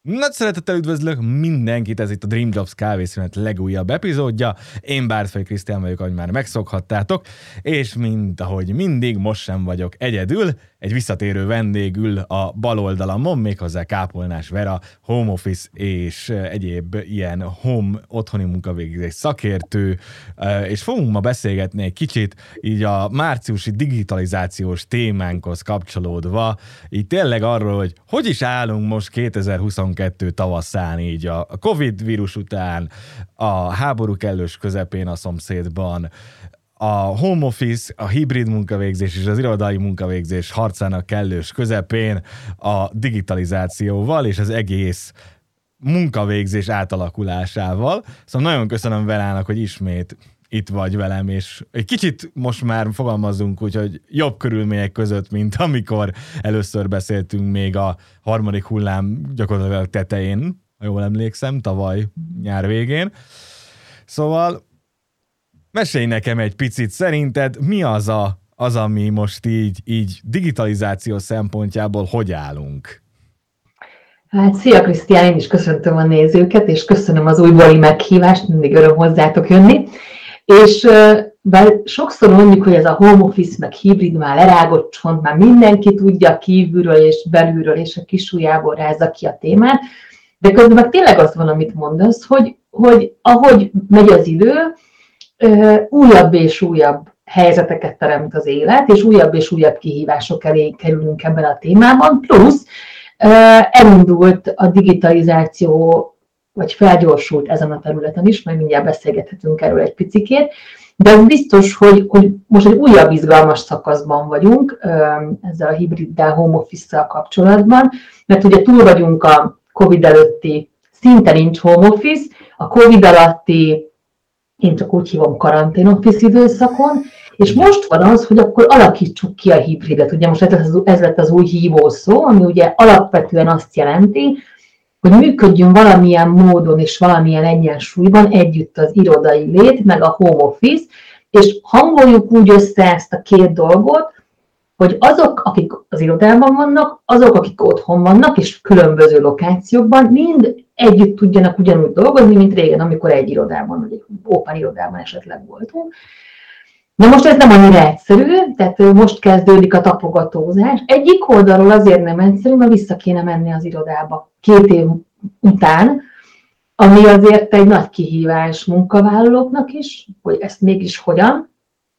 Nagy szeretettel üdvözlök mindenkit, ez itt a Dream Jobs kávészünet legújabb epizódja. Én Bártfai Krisztián vagyok, ahogy már megszokhattátok, és mint ahogy mindig, most sem vagyok egyedül, egy visszatérő vendég ül a bal oldalamon, méghozzá Kápolnás Vera, home office és egyéb ilyen home otthoni munkavégzés szakértő, és fogunk ma beszélgetni egy kicsit így a márciusi digitalizációs témánkhoz kapcsolódva, így tényleg arról, hogy is állunk most 2022 tavaszán így a Covid vírus után, a háború kellős közepén a szomszédban, a home office, a hibrid munkavégzés és az irodai munkavégzés harcának kellős közepén a digitalizációval és az egész munkavégzés átalakulásával. Szóval nagyon köszönöm Verának, hogy ismét itt vagy velem, és egy kicsit most már fogalmazzunk úgy, hogy jobb körülmények között, mint amikor először beszéltünk még a harmadik hullám gyakorlatilag tetején, ha jól emlékszem, tavaly nyár végén. Szóval mesélj nekem egy picit, szerinted mi az ami most így digitalizáció szempontjából hogy állunk? Hát szia Krisztián, én is köszöntöm a nézőket, és köszönöm az újbóli meghívást, mindig öröm hozzátok jönni. És bár sokszor mondjuk, hogy ez a home office, meg hibrid már lerágott csont, már mindenki tudja kívülről és belülről, és a kisujjából rázza ki a témát, de közben meg tényleg az van, amit mondasz, hogy ahogy megy az idő, újabb és újabb helyzeteket teremt az élet, és újabb kihívások elé kerülünk ebben a témában, plusz elindult a digitalizáció, vagy felgyorsult ezen a területen is, majd mindjárt beszélgethetünk erről egy picikét, de az biztos, hogy most egy újabb izgalmas szakaszban vagyunk ezzel a hibriddel, home office-szal kapcsolatban, mert ugye túl vagyunk a Covid előtti, szinte nincs home office, a Covid alatti, én csak úgy hívom, karantén office időszakon, és most van az, hogy akkor alakítsuk ki a hibridet. Ugye most ez lett az új hívószó, ami ugye alapvetően azt jelenti, hogy működjön valamilyen módon és valamilyen egyensúlyban együtt az irodai lét, meg a home office, és hangoljuk úgy össze ezt a két dolgot, hogy azok, akik az irodában vannak, azok, akik otthon vannak, és különböző lokációkban, mind együtt tudjanak ugyanúgy dolgozni, mint régen, amikor egy irodában, vagy egy open irodában esetleg voltunk. Na most ez nem annyira egyszerű, tehát most kezdődik a tapogatózás. Egyik oldalról azért nem egyszerű, mert vissza kéne menni az irodába 2 év után, ami azért egy nagy kihívás munkavállalóknak is, hogy ezt mégis hogyan,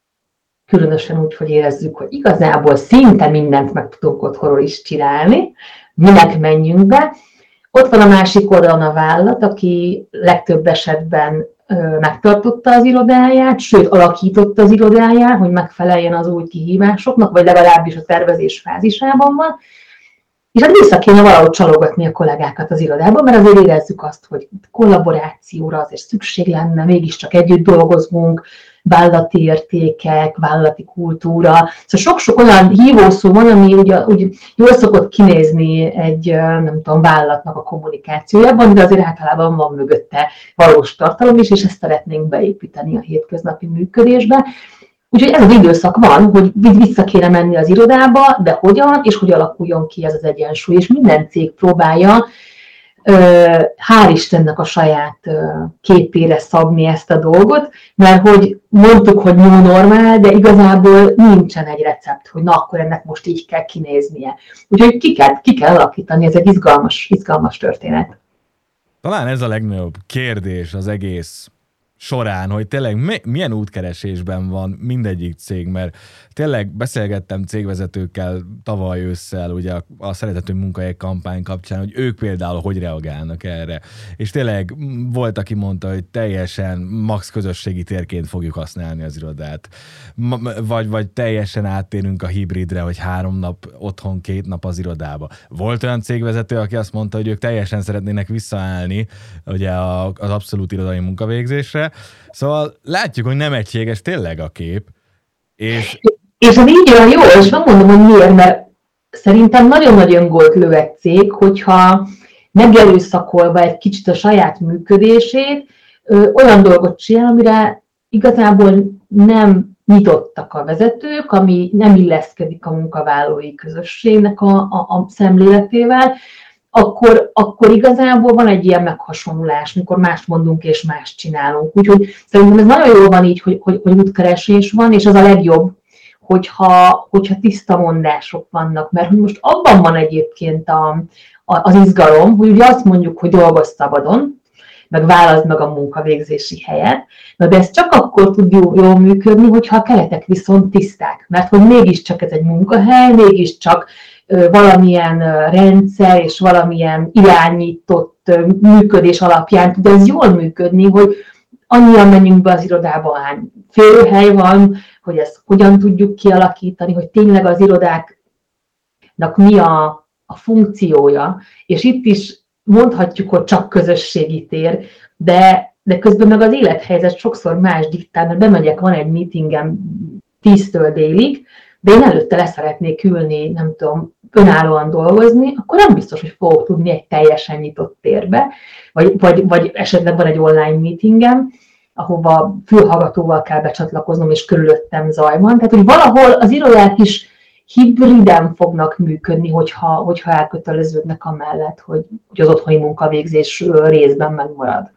különösen úgy, hogy érezzük, hogy igazából szinte mindent meg tudunk otthonról is csinálni, minek menjünk be. Ott van a másik oldalon a vállalat, aki legtöbb esetben megtartotta az irodáját, sőt alakította az irodáját, hogy megfeleljen az új kihívásoknak, vagy legalábbis a tervezés fázisában van, és hát vissza kéne valahogy csalogatni a kollégákat az irodában, mert azért érezzük azt, hogy kollaborációra azért szükség lenne, mégiscsak együtt dolgozunk, vállalati értékek, vállalati kultúra. Szóval sok-sok olyan hívószó van, ami úgy jól szokott kinézni egy, nem tudom, vállalatnak a kommunikációjában, de azért általában van mögötte valós tartalom is, és ezt szeretnénk beépíteni a hétköznapi működésbe. Úgyhogy ez az időszak van, hogy vissza kéne menni az irodába, de hogyan, és hogy alakuljon ki ez az egyensúly. És minden cég próbálja, hál' Istennek a saját képére szabni ezt a dolgot, mert hogy mondtuk, hogy new normál, de igazából nincsen egy recept, hogy na akkor ennek most így kell kinéznie. Úgyhogy ki kell alakítani, ez egy izgalmas történet. Talán ez a legnagyobb kérdés az egész során, hogy tényleg milyen útkeresésben van mindegyik cég, mert tényleg beszélgettem cégvezetőkkel tavaly ősszel, ugye a Szeretető Munkahelyek kampány kapcsán, hogy ők például hogy reagálnak erre. És tényleg volt, aki mondta, hogy teljesen max közösségi térként fogjuk használni az irodát. Vagy teljesen áttérünk a hibridre, hogy 3 nap otthon, 2 nap az irodába. Volt olyan cégvezető, aki azt mondta, hogy ők teljesen szeretnének visszaállni ugye az abszolút irodai munkavégzésre. Szóval látjuk, hogy nem egységes tényleg a kép. És ez így olyan jó, és megmondom, hogy miért, mert szerintem nagyon-nagyon öngolt lő egy cég, hogyha megerőszakolva egy kicsit a saját működését, olyan dolgot csinál, amire igazából nem nyitottak a vezetők, ami nem illeszkedik a munkavállalói közösségnek a szemléletével, akkor igazából van egy ilyen meghasonlulás, mikor mást mondunk és mást csinálunk. Úgyhogy szerintem ez nagyon jól van így, hogy útkeresés van, és az a legjobb, hogyha tiszta mondások vannak, mert most abban van egyébként az izgalom, hogy ugye azt mondjuk, hogy dolgozz szabadon, meg válaszd meg a munkavégzési helyet, de ez csak akkor tud jól működni, hogyha a keretek viszont tiszták, mert hogy mégiscsak ez egy munkahely, mégiscsak valamilyen rendszer és valamilyen irányított működés alapján tud ez jól működni, hogy annyian menjünk be az irodába, hány férőhely van, hogy ezt hogyan tudjuk kialakítani, hogy tényleg az irodáknak mi a funkciója, és itt is mondhatjuk, hogy csak közösségi tér, de közben meg az élethelyzet sokszor más diktál, mert bemegyek, van egy meetingem 10-től délig, de én előtte leszeretnék ülni, nem tudom, önállóan dolgozni, akkor nem biztos, hogy fogok tudni egy teljesen nyitott térbe, vagy esetleg van egy online meetingem, ahova fülhallgatóval kell becsatlakoznom, és körülöttem zaj van. Tehát, hogy valahol az irodák is hibriden fognak működni, hogyha elköteleződnek amellett, hogy az otthoni munkavégzés részben megmarad.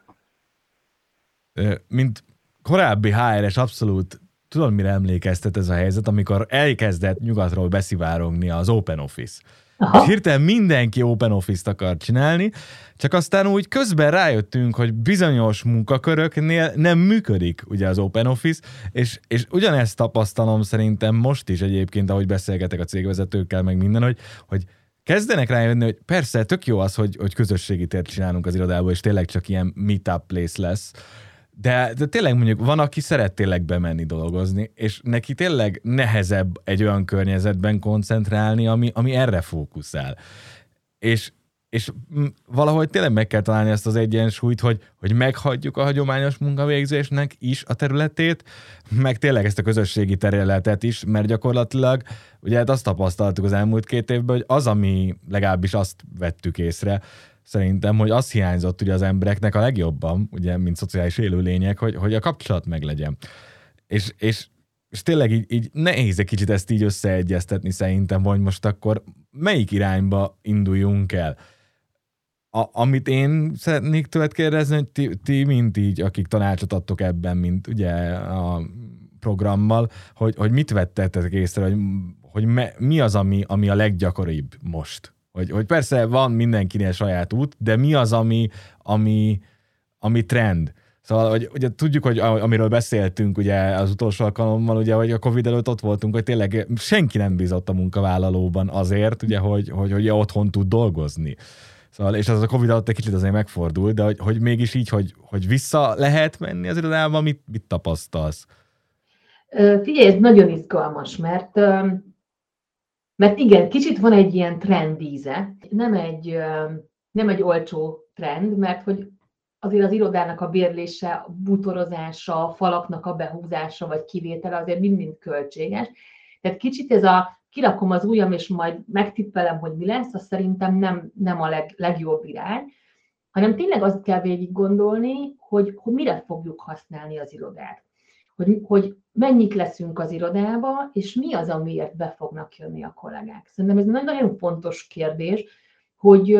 Mint korábbi HR-es abszolút tudom, mire emlékeztet ez a helyzet, amikor elkezdett nyugatról beszivárogni az Open Office. Aha. És hirtelen mindenki Open Office-t akar csinálni, csak aztán úgy közben rájöttünk, hogy bizonyos munkaköröknél nem működik ugye az Open Office, és ugyanezt tapasztalom szerintem most is egyébként, ahogy beszélgetek a cégvezetőkkel, meg minden, hogy kezdenek rájönni, hogy persze tök jó az, hogy közösségi tért csinálunk az irodából, és tényleg csak ilyen meetup place lesz, de tényleg mondjuk van, aki szeret tényleg bemenni dolgozni, és neki tényleg nehezebb egy olyan környezetben koncentrálni, ami erre fókuszál. És valahogy tényleg meg kell találni ezt az egyensúlyt, hogy meghagyjuk a hagyományos munkavégzésnek is a területét, meg tényleg ezt a közösségi területet is, mert gyakorlatilag ugye hát azt tapasztaltuk az elmúlt 2 évben, hogy az, ami legalábbis azt vettük észre, szerintem, hogy az hiányzott ugye az embereknek a legjobban, ugye, mint szociális élőlények, hogy a kapcsolat meglegyen. És tényleg így nehéz egy kicsit ezt így összeegyeztetni szerintem, hogy most akkor melyik irányba induljunk el. Amit én szeretnék tőled kérdezni, hogy ti mint így, akik tanácsot adtok ebben, mint ugye a programmal, hogy mit vettetek észre, hogy mi az, ami a leggyakoribb most? Hogy persze van mindenkinél saját út, de mi az, ami trend? Szóval, hogy ugye tudjuk, hogy amiről beszéltünk ugye az utolsó alkalommal, ugye, hogy a Covid előtt ott voltunk, hogy tényleg senki nem bízott a munkavállalóban azért, ugye, hogy otthon tud dolgozni. Szóval, és az a Covid alatt egy kicsit azért megfordult, de hogy mégis így, hogy vissza lehet menni az irodába, mit tapasztalsz? Figyelj, ez nagyon izgalmas, mert igen, kicsit van egy ilyen trendíze, nem egy olcsó trend, mert hogy azért az irodának a bérlése, a bútorozása, a falaknak a behúzása vagy kivétele azért mind-mind költséges. Tehát kicsit ez a kirakom az ujjam, és majd megtippelem, hogy mi lesz, az szerintem nem a legjobb irány, hanem tényleg azt kell végig gondolni, hogy mire fogjuk használni az irodát. Hogy mennyit leszünk az irodába, és mi az, amiért be fognak jönni a kollégák. Szerintem ez egy nagyon fontos kérdés, hogy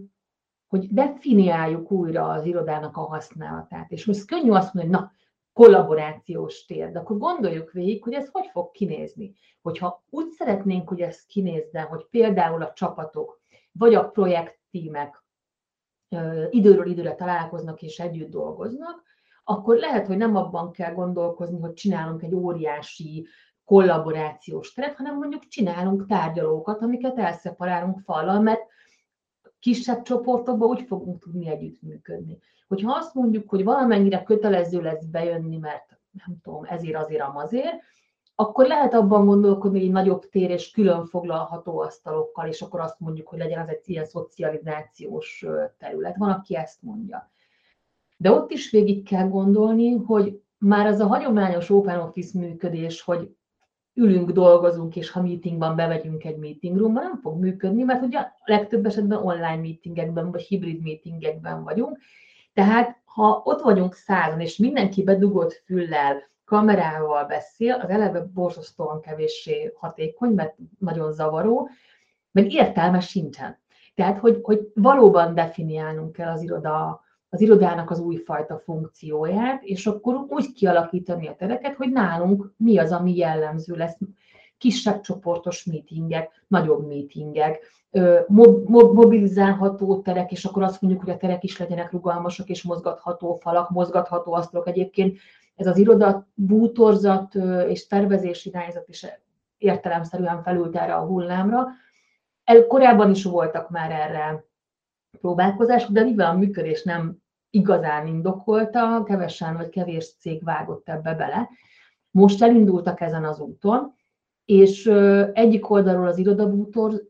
definiáljuk újra az irodának a használatát. És most könnyű azt mondani, hogy na, kollaborációs tér, de akkor gondoljuk végig, hogy ez hogy fog kinézni. Hogyha úgy szeretnénk, hogy ez kinézzen, hogy például a csapatok, vagy a projekttímek időről időre találkoznak és együtt dolgoznak, akkor lehet, hogy nem abban kell gondolkozni, hogy csinálunk egy óriási kollaborációs teret, hanem mondjuk csinálunk tárgyalókat, amiket elszeparálunk fallal, mert kisebb csoportokban úgy fogunk tudni együttműködni. Hogyha azt mondjuk, hogy valamennyire kötelező lesz bejönni, mert nem tudom, ezért, azért, amazért, akkor lehet abban gondolkodni, hogy egy nagyobb tér és külön foglalható asztalokkal, és akkor azt mondjuk, hogy legyen az egy ilyen szocializációs terület. Van, aki ezt mondja. De ott is végig kell gondolni, hogy már az a hagyományos Open Office működés, hogy ülünk, dolgozunk, és ha meetingban bemegyünk egy meeting roomba, nem fog működni, mert ugye a legtöbb esetben online meetingekben, vagy hibrid meetingekben vagyunk. Tehát ha ott vagyunk 100-an, és mindenki bedugott füllel, kamerával beszél, az eleve borzasztóan kevéssé hatékony, mert nagyon zavaró, meg értelme sincsen. Tehát, hogy valóban definiálnunk kell az irodának az újfajta funkcióját, és akkor úgy kialakítani a tereket, hogy nálunk mi az, ami jellemző lesz. Kisebb csoportos meetingek, nagyobb meetingek, mobilizálható terek, és akkor azt mondjuk, hogy a terek is legyenek rugalmasak, és mozgatható falak, mozgatható asztalok. Egyébként ez az iroda bútorzat és tervezési irányzat is értelemszerűen felült erre a hullámra. Korábban is voltak már erre próbálkozások, de mivel a működés nem igazán indokolta, kevesen vagy kevés cég vágott ebbe bele. Most elindultak ezen az úton, és egyik oldalról az irodabútor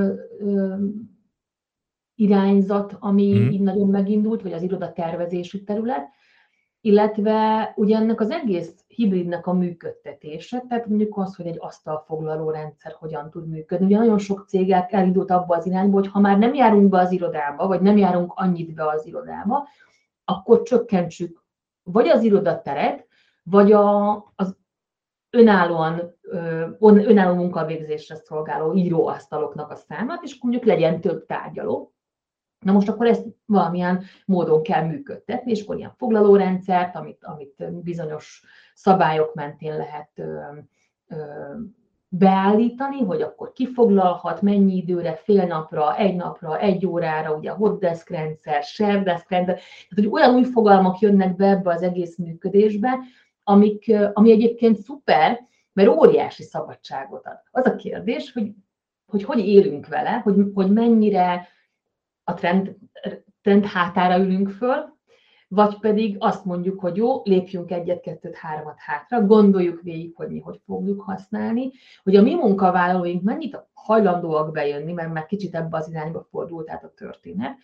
irányzat, ami így nagyon megindult, vagy az irodatervezési terület, illetve ugye ennek az egész hibridnek a működtetése, tehát mondjuk az, hogy egy asztalfoglaló rendszer hogyan tud működni. Ugye nagyon sok cég elindult abba az irányba, hogy ha már nem járunk be az irodába, vagy nem járunk annyit be az irodába, akkor csökkentsük vagy az irodateret, vagy az önálló munkavégzésre szolgáló íróasztaloknak a számát, és mondjuk legyen több tárgyaló. Na most akkor ezt valamilyen módon kell működtetni, és akkor ilyen foglalórendszert, amit bizonyos szabályok mentén lehet beállítani, hogy akkor ki foglalhat, mennyi időre, fél napra, egy napra, egy órára, ugye a hotdesk rendszer, sharedesk rendszer, tehát hogy olyan új fogalmak jönnek be ebbe az egész működésbe, ami egyébként szuper, mert óriási szabadságot ad. Az a kérdés, hogy élünk vele, hogy mennyire a trend hátára ülünk föl, vagy pedig azt mondjuk, hogy jó, lépjünk egyet, kettőt, háromat hátra, gondoljuk végig, hogy mi hogy fogjuk használni, hogy a mi munkavállalóink mennyit hajlandóak bejönni, mert már kicsit ebbe az irányba fordult át a történet,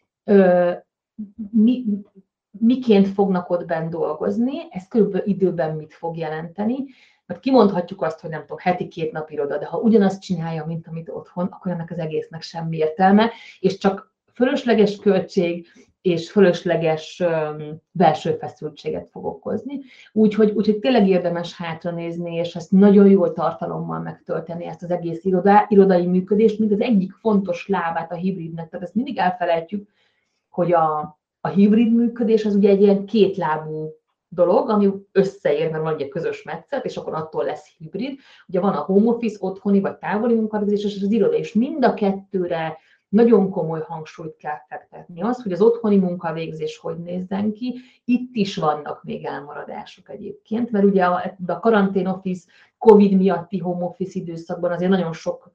miként fognak ott benn dolgozni, ez körülbelül időben mit fog jelenteni, mert kimondhatjuk azt, hogy nem tudom, heti 2 nap iroda, de ha ugyanazt csinálja, mint amit otthon, akkor ennek az egésznek semmi értelme, és csak fölösleges költség és fölösleges belső feszültséget fog okozni. Úgyhogy tényleg érdemes hátranézni, és ezt nagyon jól tartalommal megtölteni, ezt az egész irodai működést, mint az egyik fontos lábát a hibridnek. Tehát ezt mindig elfelejtjük, hogy a hibrid működés az ugye egy ilyen kétlábú dolog, ami összeér, mert van egy közös metszet, és akkor attól lesz hibrid. Ugye van a home office, otthoni vagy távoli munkavégzés, és az iroda, és mind a kettőre nagyon komoly hangsúlyt kell fektetni. Az, hogy az otthoni munkavégzés hogy nézzen ki, itt is vannak még elmaradások egyébként, mert ugye a karantén office, Covid miatti home office időszakban azért nagyon sok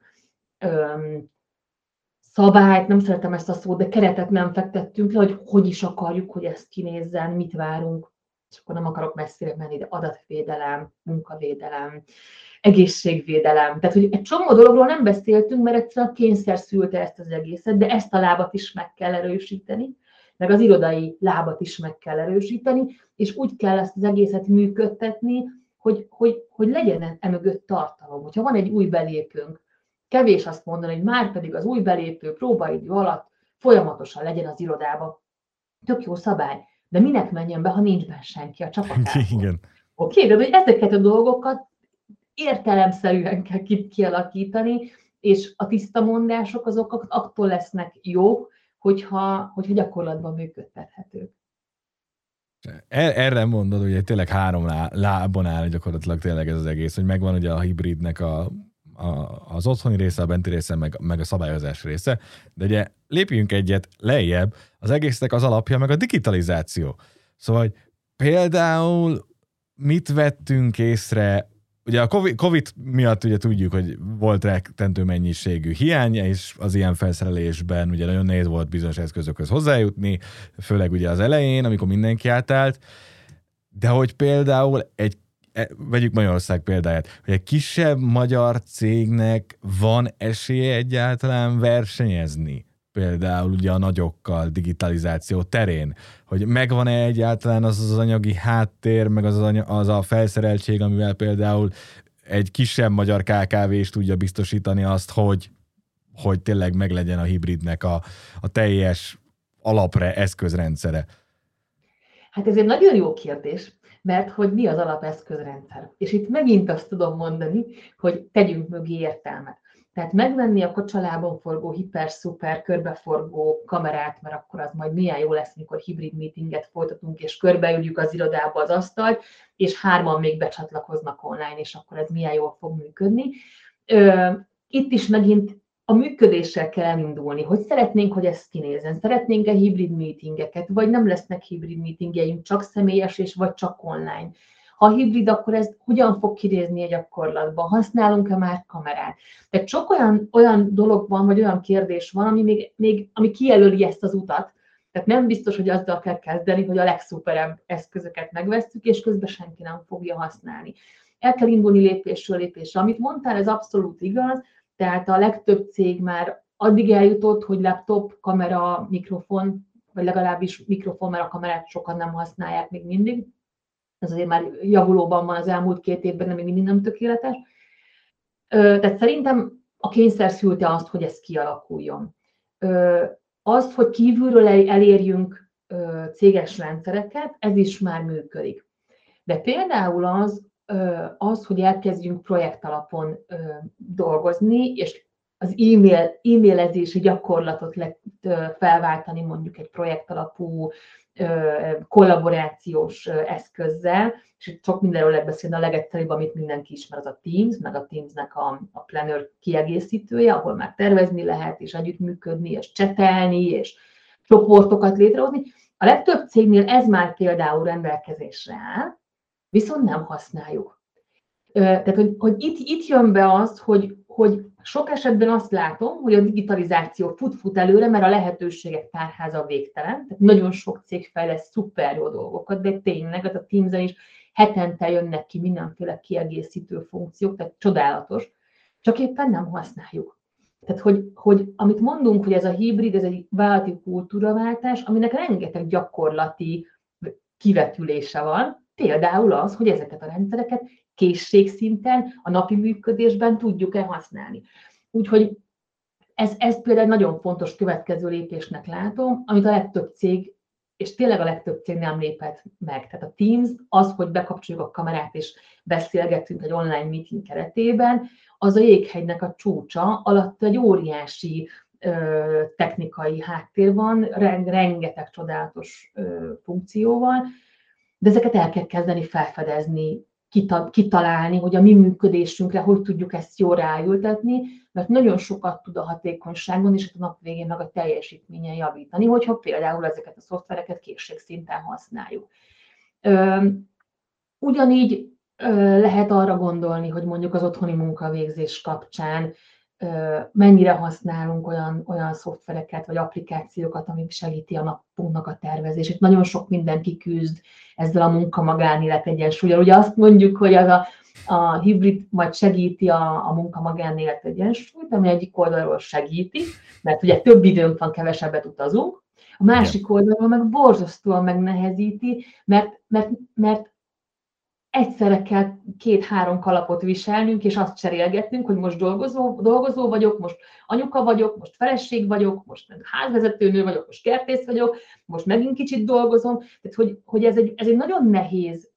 szabályt, nem szeretem ezt a szót, de keretet nem fektettünk le, hogy is akarjuk, hogy ezt kinézzen, mit várunk, és akkor nem akarok messzire menni, de adatvédelem, munkavédelem, egészségvédelem. Tehát, hogy egy csomó dologról nem beszéltünk, mert egyszerűen kényszer szülte ezt az egészet, de ezt a lábat is meg kell erősíteni, meg az irodai lábat is meg kell erősíteni, és úgy kell ezt az egészet működtetni, hogy legyen emögött tartalom. Hogyha van egy új belépőnk, kevés azt mondani, hogy már pedig az új belépő próbaidő alatt folyamatosan legyen az irodába. Tök jó szabály, de minek menjen be, ha nincs benne senki a csapatából? Igen. Oké, de hogy ezeket a dolgokat értelemszerűen kell kialakítani, és a tiszta mondások azok attól lesznek jók, hogyha gyakorlatban működtethetők. Erre mondod, hogy tényleg 3 lábon áll gyakorlatilag tényleg ez az egész, hogy megvan ugye a hibridnek az otthoni része, a benti része, meg a szabályozás része, de ugye lépjünk egyet lejjebb, az egésznek az alapja meg a digitalizáció. Szóval hogy például mit vettünk észre, ugye a COVID miatt ugye tudjuk, hogy volt rettentő mennyiségű hiány, és az ilyen felszerelésben ugye nagyon nehéz volt bizonyos eszközökhöz hozzájutni, főleg ugye az elején, amikor mindenki átállt, de hogy például vegyük Magyarország példáját, hogy egy kisebb magyar cégnek van esélye egyáltalán versenyezni, például ugye a nagyokkal digitalizáció terén, hogy megvan-e egyáltalán az anyagi háttér, meg az a felszereltség, amivel például egy kisebb magyar KKV is tudja biztosítani azt, hogy tényleg meglegyen a hibridnek a teljes eszközrendszere. Hát ez egy nagyon jó kérdés, mert hogy mi az alapeszközrendszer. És itt megint azt tudom mondani, hogy tegyünk mögé értelmet. Tehát megvenni a kocsalában forgó, hiper-szuper, körbeforgó kamerát, mert akkor az majd milyen jó lesz, mikor hibrid meetinget folytatunk, és körbeüljük az irodába az asztalt, és 3-an még becsatlakoznak online, és akkor ez milyen jól fog működni. Itt is megint a működéssel kell elindulni, hogy szeretnénk, hogy ez kinézzen. Szeretnénk-e hibrid meetingeket, vagy nem lesznek hibrid meetingjeink, csak személyes, és vagy csak online. Ha hibrid, akkor ez hogyan fog kinézni a gyakorlatban? Használunk-e már kamerát? Tehát sok olyan dolog van, vagy olyan kérdés van, ami kijelöli ezt az utat. Tehát nem biztos, hogy azzal kell kezdeni, hogy a legszuperebb eszközöket megvesszük, és közben senki nem fogja használni. El kell indulni lépésről lépésre. Amit mondtál, ez abszolút igaz, tehát a legtöbb cég már addig eljutott, hogy laptop, kamera, mikrofon, vagy legalábbis mikrofon, mert a kamerát sokan nem használják még mindig. Ez azért már javulóban van az elmúlt 2 évben, de még mindig nem tökéletes. Tehát szerintem a kényszer szülte azt, hogy ez kialakuljon. Azt, hogy kívülről elérjünk céges rendszereket, ez is már működik. De például az, hogy elkezdjünk projekt alapon dolgozni, és az e-mailezési gyakorlatot felváltani mondjuk egy projekt alapú kollaborációs eszközzel, és itt sok mindenről lehet beszélni, a legegyszerűbb, amit mindenki ismer, az a Teams, meg a Teamsnek a Planner kiegészítője, ahol már tervezni lehet, és együttműködni, és csetelni, és csoportokat létrehozni. A legtöbb cégnél ez már például rendelkezésre áll, viszont nem használjuk. Tehát, hogy itt jön be az, hogy sok esetben azt látom, hogy a digitalizáció fut előre, mert a lehetőségek tárháza végtelen. Tehát nagyon sok cég fejleszt szuper jó dolgokat, de tényleg a Teams-en is hetente jönnek ki mindenféle kiegészítő funkciók, tehát csodálatos, csak éppen nem használjuk. Tehát, hogy amit mondunk, hogy ez a hibrid, ez egy vállalati kultúraváltás, aminek rengeteg gyakorlati kivetülése van, például az, hogy ezeket a rendszereket készségszinten, a napi működésben tudjuk-e használni. Úgyhogy ez például nagyon fontos következő lépésnek látom, amit a legtöbb cég, és tényleg a legtöbb cég nem lépett meg. Tehát a Teams, az, hogy bekapcsoljuk a kamerát és beszélgetünk egy online meeting keretében, az a jéghegynek a csúcsa, alatt egy óriási technikai háttér van, rengeteg csodálatos funkcióval, de ezeket el kell kezdeni felfedezni, kitalálni, hogy a mi működésünkre hogy tudjuk ezt jól ráültetni, mert nagyon sokat tud a hatékonyságon és a nap végén meg a teljesítményen javítani, hogyha például ezeket a szoftvereket készségszinten használjuk. Ugyanígy lehet arra gondolni, hogy mondjuk az otthoni munkavégzés kapcsán mennyire használunk olyan szoftvereket vagy applikációkat, amik segíti a napunknak a tervezését. Nagyon sok mindenki küzd ezzel a munka-magánélet egyensúlyjal. Ugye azt mondjuk, hogy az a hibrid majd segíti a munka-magánélet egyensúlyt, ami egyik oldalról segíti, mert ugye több időnk van, kevesebbet utazunk, a másik oldalról meg borzasztóan megnehezíti, mert egyszerre kell 2-3 kalapot viselnünk, és azt cserélgetnünk, hogy most dolgozó vagyok, most anyuka vagyok, most feleség vagyok, most házvezetőnő vagyok, most kertész vagyok, most megint kicsit dolgozom. Tehát, hogy ez egy nagyon nehéz,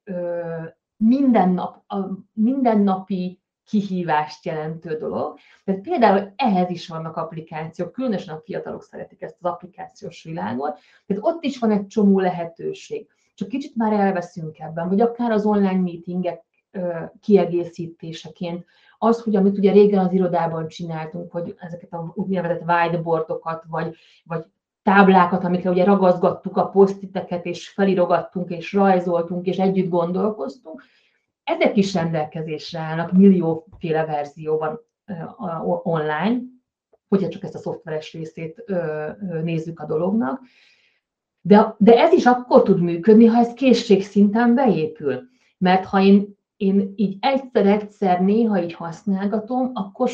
mindennapi kihívást jelentő dolog. Tehát például ehhez is vannak applikációk, különösen a fiatalok szeretik ezt az applikációs világot, tehát ott is van egy csomó lehetőség. Csak kicsit már elveszünk ebben, vagy akár az online meetingek kiegészítéseként. Az, hogy amit ugye régen az irodában csináltunk, hogy ezeket a úgynevezett whiteboardokat, vagy táblákat, amikre ugye ragaszgattuk a posztiteket, és felirogattunk, és rajzoltunk, és együtt gondolkoztunk, ezek is rendelkezésre állnak millióféle verzióban online, hogyha csak ezt a szoftveres részét nézzük a dolognak. De ez is akkor tud működni, ha ez készségszinten beépül. Mert ha én így egyszer néha így használgatom, akkor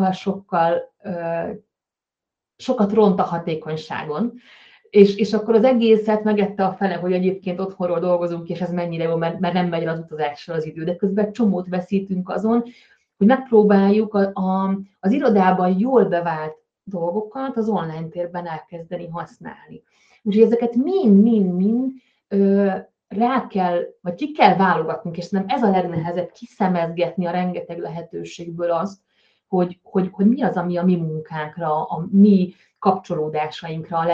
sokat ront a hatékonyságon. És akkor az egészet megette a fele, hogy egyébként otthonról dolgozunk, és ez mennyire jó, mert nem megy az utazásra az idő. De közben csomót veszítünk azon, hogy megpróbáljuk az irodában jól bevált dolgokat az online térben elkezdeni használni. Úgyhogy ezeket mind rá kell, vagy ki kell válogatnunk, és nem ez a legnehezebb, kiszemezgetni a rengeteg lehetőségből azt, hogy mi az, ami a mi munkánkra, a mi kapcsolódásainkra a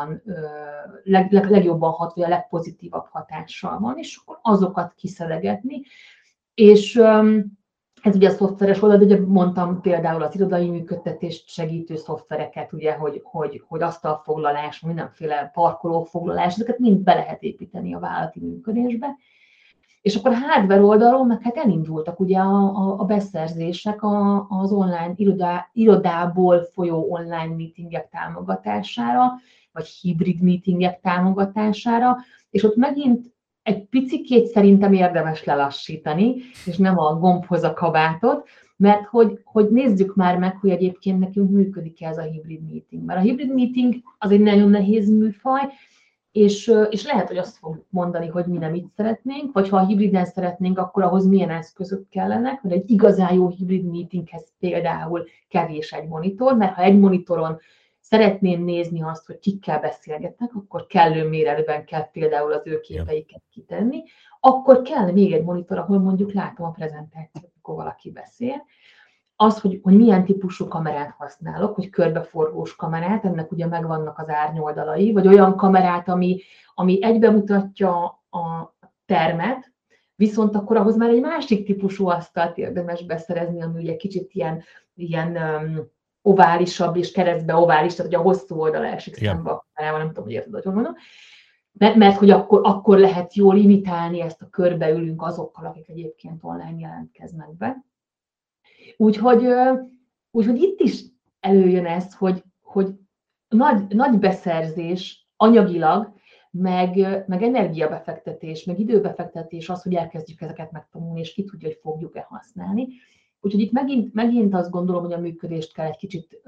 legjobban hat, vagy a legpozitívabb hatással van, és akkor azokat kiszelegetni. És ez ugye a szoftveres oldal, ugye mondtam például az irodai működtetést segítő szoftvereket, ugye, hogy asztalfoglalás, mindenféle parkolófoglalás, ezeket mind be lehet építeni a vállalati működésbe. És akkor a hardware oldalról meg hát elindultak ugye a beszerzések az online irodából folyó online meetingek támogatására, vagy hibrid meetingek támogatására, és ott megint egy picikét szerintem érdemes lelassítani, és nem a gombhoz a kabátot, mert hogy nézzük már meg, hogy egyébként nekünk működik ez a hibrid meeting. Mert a hibrid meeting az egy nagyon nehéz műfaj, és lehet, hogy azt fogjuk mondani, hogy mi nem így szeretnénk, vagy ha a hibriden szeretnénk, akkor ahhoz milyen eszközök kellenek, mert egy igazán jó hibrid meetinghez például kevés egy monitor, mert ha egy monitoron szeretném nézni azt, hogy kikkel beszélgetnek, akkor kellő méretben kell például az ő képeiket kitenni, akkor kell még egy monitor, ahol mondjuk látom a prezentációt, amikor valaki beszél. Az, hogy milyen típusú kamerát használok, hogy körbeforgós kamerát, ennek ugye megvannak az árnyoldalai, vagy olyan kamerát, ami egybe mutatja a termet, viszont akkor ahhoz már egy másik típusú asztalt érdemes beszerezni, ami ugye kicsit ilyen oválisabb és keresztbe ovális, tehát ugye a hosszú oldala esik szembe a kamerával, nem tudom, hogy érted, hogy mondom. Mert hogy akkor lehet jól imitálni ezt a körbeülünk azokkal, akik egyébként online jelentkeznek be. Úgyhogy itt is előjön ez, hogy nagy beszerzés anyagilag, meg energiabefektetés, meg időbefektetés az, hogy elkezdjük ezeket megtanulni, és ki tudja, hogy fogjuk-e használni. Úgyhogy itt megint azt gondolom, hogy a működést kell egy kicsit,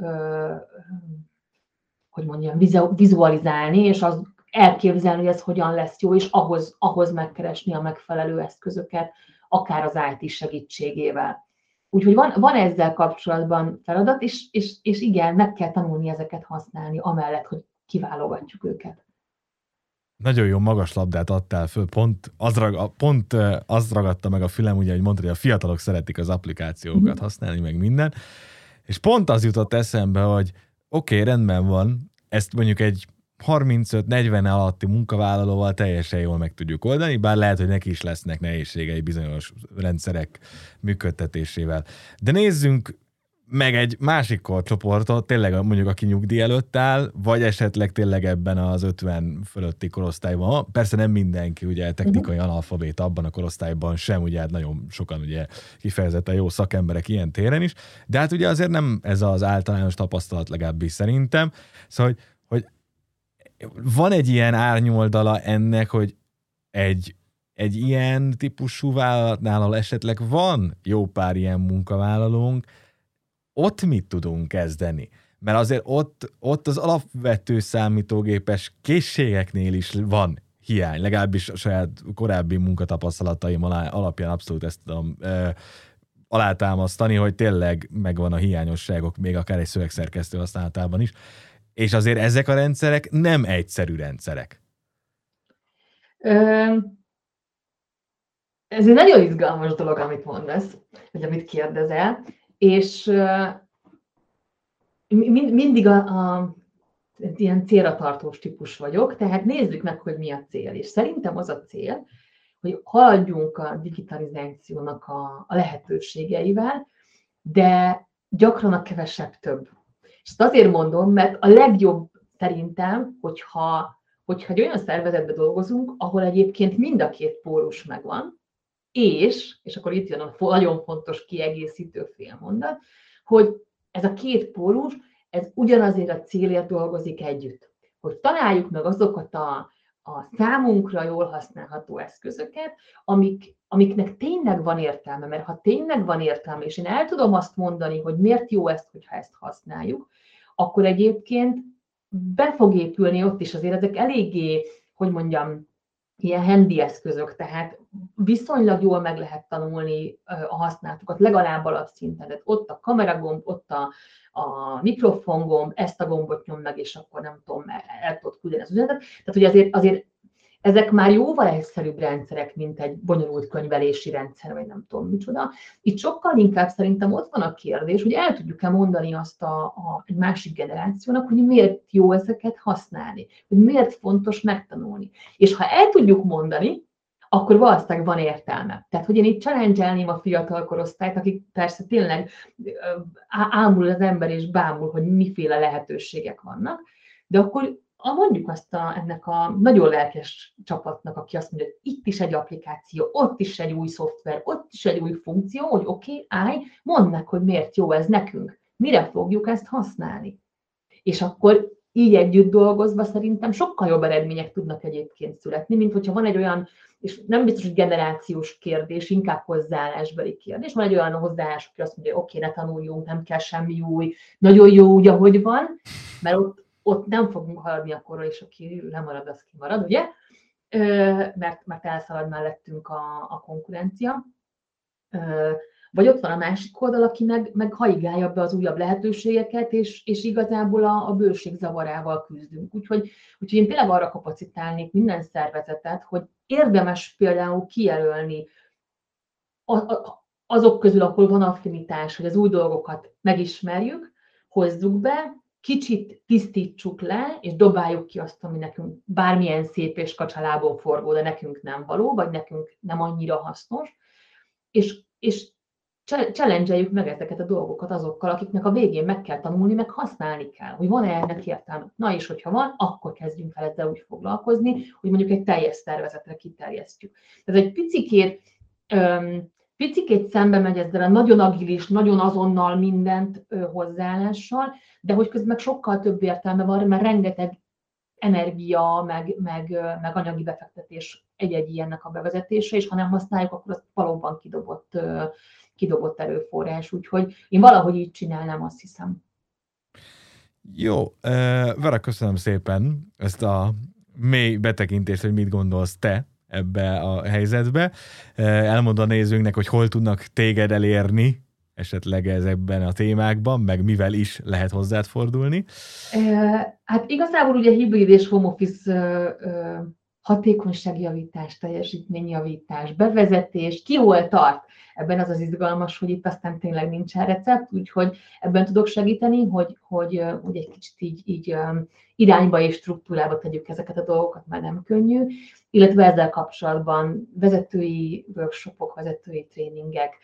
vizualizálni, és az elképzelni, hogy ez hogyan lesz jó, és ahhoz megkeresni a megfelelő eszközöket, akár az IT segítségével. Úgyhogy van ezzel kapcsolatban feladat, és igen, meg kell tanulni ezeket használni, amellett, hogy kiválogatjuk őket. Nagyon jó magas labdát adtál föl, pont az ragadta meg a fülem, ugye, hogy mondtad, hogy a fiatalok szeretik az applikációkat használni, meg minden, és pont az jutott eszembe, hogy oké, rendben van, ezt mondjuk egy 35-40 alatti munkavállalóval teljesen jól meg tudjuk oldani, bár lehet, hogy neki is lesznek nehézségei bizonyos rendszerek működtetésével. De nézzünk meg egy másik korcsoportot, tényleg mondjuk aki nyugdíj előtt áll, vagy esetleg tényleg ebben az 50 fölötti korosztályban. Persze nem mindenki ugye technikai analfabéta abban a korosztályban sem, ugye hát nagyon sokan ugye kifejezetten jó szakemberek ilyen téren is, de hát ugye azért nem ez az általános tapasztalat legalábbis szerintem. Szóval, hogy van egy ilyen árnyoldala ennek, hogy egy ilyen típusú vállalatnál, ahol esetleg van jó pár ilyen munkavállalónk, ott mit tudunk kezdeni? Mert azért ott az alapvető számítógépes készségeknél is van hiány, legalábbis a saját korábbi munkatapasztalataim alapján abszolút ezt tudom alátámasztani, hogy tényleg megvan a hiányosságok, még akár egy szövegszerkesztő használatában is. És azért ezek a rendszerek nem egyszerű rendszerek. Ez egy nagyon izgalmas dolog, amit mondasz, vagy amit kérdezel, és mindig ilyen célra tartós típus vagyok, tehát nézzük meg, hogy mi a cél. És szerintem az a cél, hogy haladjunk a digitalizációnak a lehetőségeivel, de gyakran a kevesebb több. És ezt azért mondom, mert a legjobb szerintem, hogyha egy olyan szervezetben dolgozunk, ahol egyébként mind a két pólus megvan, és akkor itt jön a nagyon fontos kiegészítő félmondat, hogy ez a két pólus, ez ugyanazért a célért dolgozik együtt. Hogy találjuk meg azokat a számunkra jól használható eszközöket, amiknek tényleg van értelme, mert ha tényleg van értelme, és én el tudom azt mondani, hogy miért jó ezt, hogyha ezt használjuk, akkor egyébként be fog épülni ott is, azért ezek eléggé, hogy mondjam, ilyen handy eszközök, tehát viszonylag jól meg lehet tanulni a használatukat, legalább alapszinten. Tehát ott a kameragomb, ott a mikrofongomb, ezt a gombot nyom meg, és akkor nem tudom, el tudod küldeni az üzenetet. Tehát, hogy azért ezek már jóval egyszerűbb rendszerek, mint egy bonyolult könyvelési rendszer, vagy nem tudom micsoda. Itt sokkal inkább szerintem ott van a kérdés, hogy el tudjuk-e mondani azt egy másik generációnak, hogy miért jó ezeket használni, hogy miért fontos megtanulni. És ha el tudjuk mondani, akkor valószínűleg van értelme. Tehát, hogy én itt challenge-elném a fiatal korosztályt, akik persze tényleg ámul az ember és bámul, hogy miféle lehetőségek vannak, de akkor mondjuk azt ennek a nagyon lelkes csapatnak, aki azt mondja, hogy itt is egy applikáció, ott is egy új szoftver, ott is egy új funkció, hogy oké, állj, mondd meg, hogy miért jó ez nekünk, mire fogjuk ezt használni. És akkor így együtt dolgozva szerintem sokkal jobb eredmények tudnak egyébként születni, mint hogyha van egy olyan, és nem biztos, hogy generációs kérdés, inkább hozzáállásbeli kérdés, van egy olyan hozzáállás, aki azt mondja, hogy oké, ne tanuljunk, nem kell semmi új, nagyon jó úgy, ahogy van, mert ott nem fogunk haladni akkor, és aki lemarad, az kimarad, ugye? Mert elszalad mellettünk a konkurencia. Vagy ott van a másik oldal, aki meg haigálja be az újabb lehetőségeket, és igazából a bőség zavarával küzdünk. Úgyhogy én tényleg arra kapacitálnék minden szervezetet, hogy érdemes például kijelölni azok közül, ahol van affinitás, hogy az új dolgokat megismerjük, hozzuk be, kicsit tisztítsuk le, és dobáljuk ki azt, ami nekünk bármilyen szép és kacsalából forgó, de nekünk nem való, vagy nekünk nem annyira hasznos, és challenge-eljük meg ezeket a dolgokat azokkal, akiknek a végén meg kell tanulni, meg használni kell, hogy van-e ennek értelme. Na és hogyha van, akkor kezdjünk el ezzel úgy foglalkozni, hogy mondjuk egy teljes szervezetre kiterjesztjük. Ez egy picikét szembe megy ezzel a nagyon agilis, nagyon azonnal mindent hozzáállással, de hogy közben meg sokkal több értelme van, mert rengeteg energia, meg anyagi befektetés egy-egy ilyennek a bevezetése, és ha nem használjuk, akkor az valóban kidobott erőforrás. Úgyhogy én valahogy így csinálnám, azt hiszem. Jó, Vera, köszönöm szépen ezt a mély betekintést, hogy mit gondolsz te ebbe a helyzetbe. Elmond a nézőnknek, hogy hol tudnak téged elérni, esetleg ezekben a témákban, meg mivel is lehet hozzád fordulni? Hát igazából ugye hibrid és home office hatékonyságjavítás, teljesítményjavítás, bevezetés, ki hol tart. Ebben az izgalmas, hogy itt aztán tényleg nincsen recept, úgyhogy ebben tudok segíteni, hogy egy kicsit így irányba és struktúrába tegyük ezeket a dolgokat, mert nem könnyű, illetve ezzel kapcsolatban vezetői workshopok, vezetői tréningek,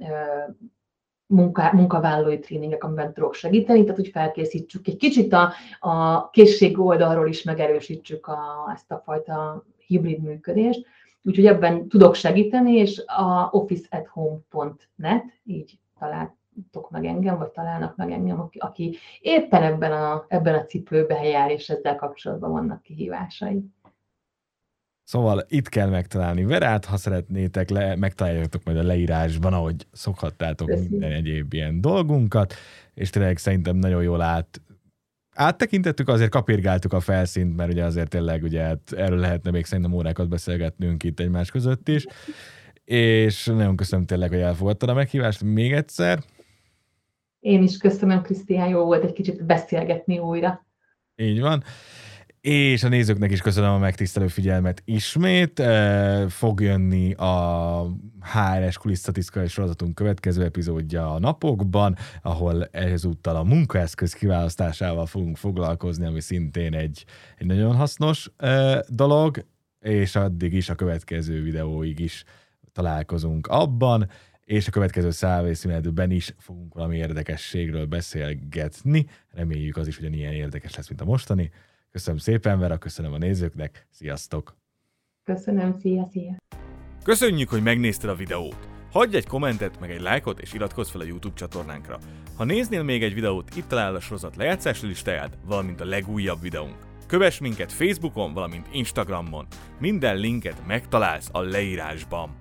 munkavállalói tréningek, amiben tudok segíteni, tehát hogy felkészítsük egy kicsit a készség oldalról is megerősítsük ezt a fajta hibrid működést. Úgyhogy ebben tudok segíteni, és a officeathome.net, így találtok meg engem, vagy találnak meg engem, aki éppen ebben a cipőbe jár, és ezzel kapcsolatban vannak kihívásai. Szóval itt kell megtalálni Verát, ha szeretnétek, megtaláljátok majd a leírásban, ahogy szokhattátok minden egyéb ilyen dolgunkat, és tényleg szerintem nagyon jól áttekintettük, azért kapirgáltuk a felszínt, mert ugye azért tényleg ugye hát erről lehetne még szerintem órákat beszélgetnünk itt egymás között is, és nagyon köszönöm tényleg, hogy elfogadtad a meghívást még egyszer. Én is köszönöm, Krisztián, jó volt egy kicsit beszélgetni újra. Így van. És a nézőknek is köszönöm a megtisztelő figyelmet ismét. Fog jönni a HRS kulisszatiszkai sorozatunk következő epizódja a napokban, ahol ezúttal a munkaeszköz kiválasztásával fogunk foglalkozni, ami szintén egy nagyon hasznos dolog, és addig is a következő videóig is találkozunk abban, és a következő szávészünetben is fogunk valami érdekességről beszélgetni. Reméljük az is ugyanilyen érdekes lesz, mint a mostani. Köszönöm szépen, Vera, köszönöm a nézőknek, sziasztok! Köszönöm, szia! Köszönjük, hogy megnézted a videót! Hagyj egy kommentet, meg egy lájkot, és iratkozz fel a YouTube csatornánkra. Ha néznél még egy videót, itt találod a sorozat lejátszási listáját, valamint a legújabb videónk. Kövess minket Facebookon, valamint Instagramon. Minden linket megtalálsz a leírásban.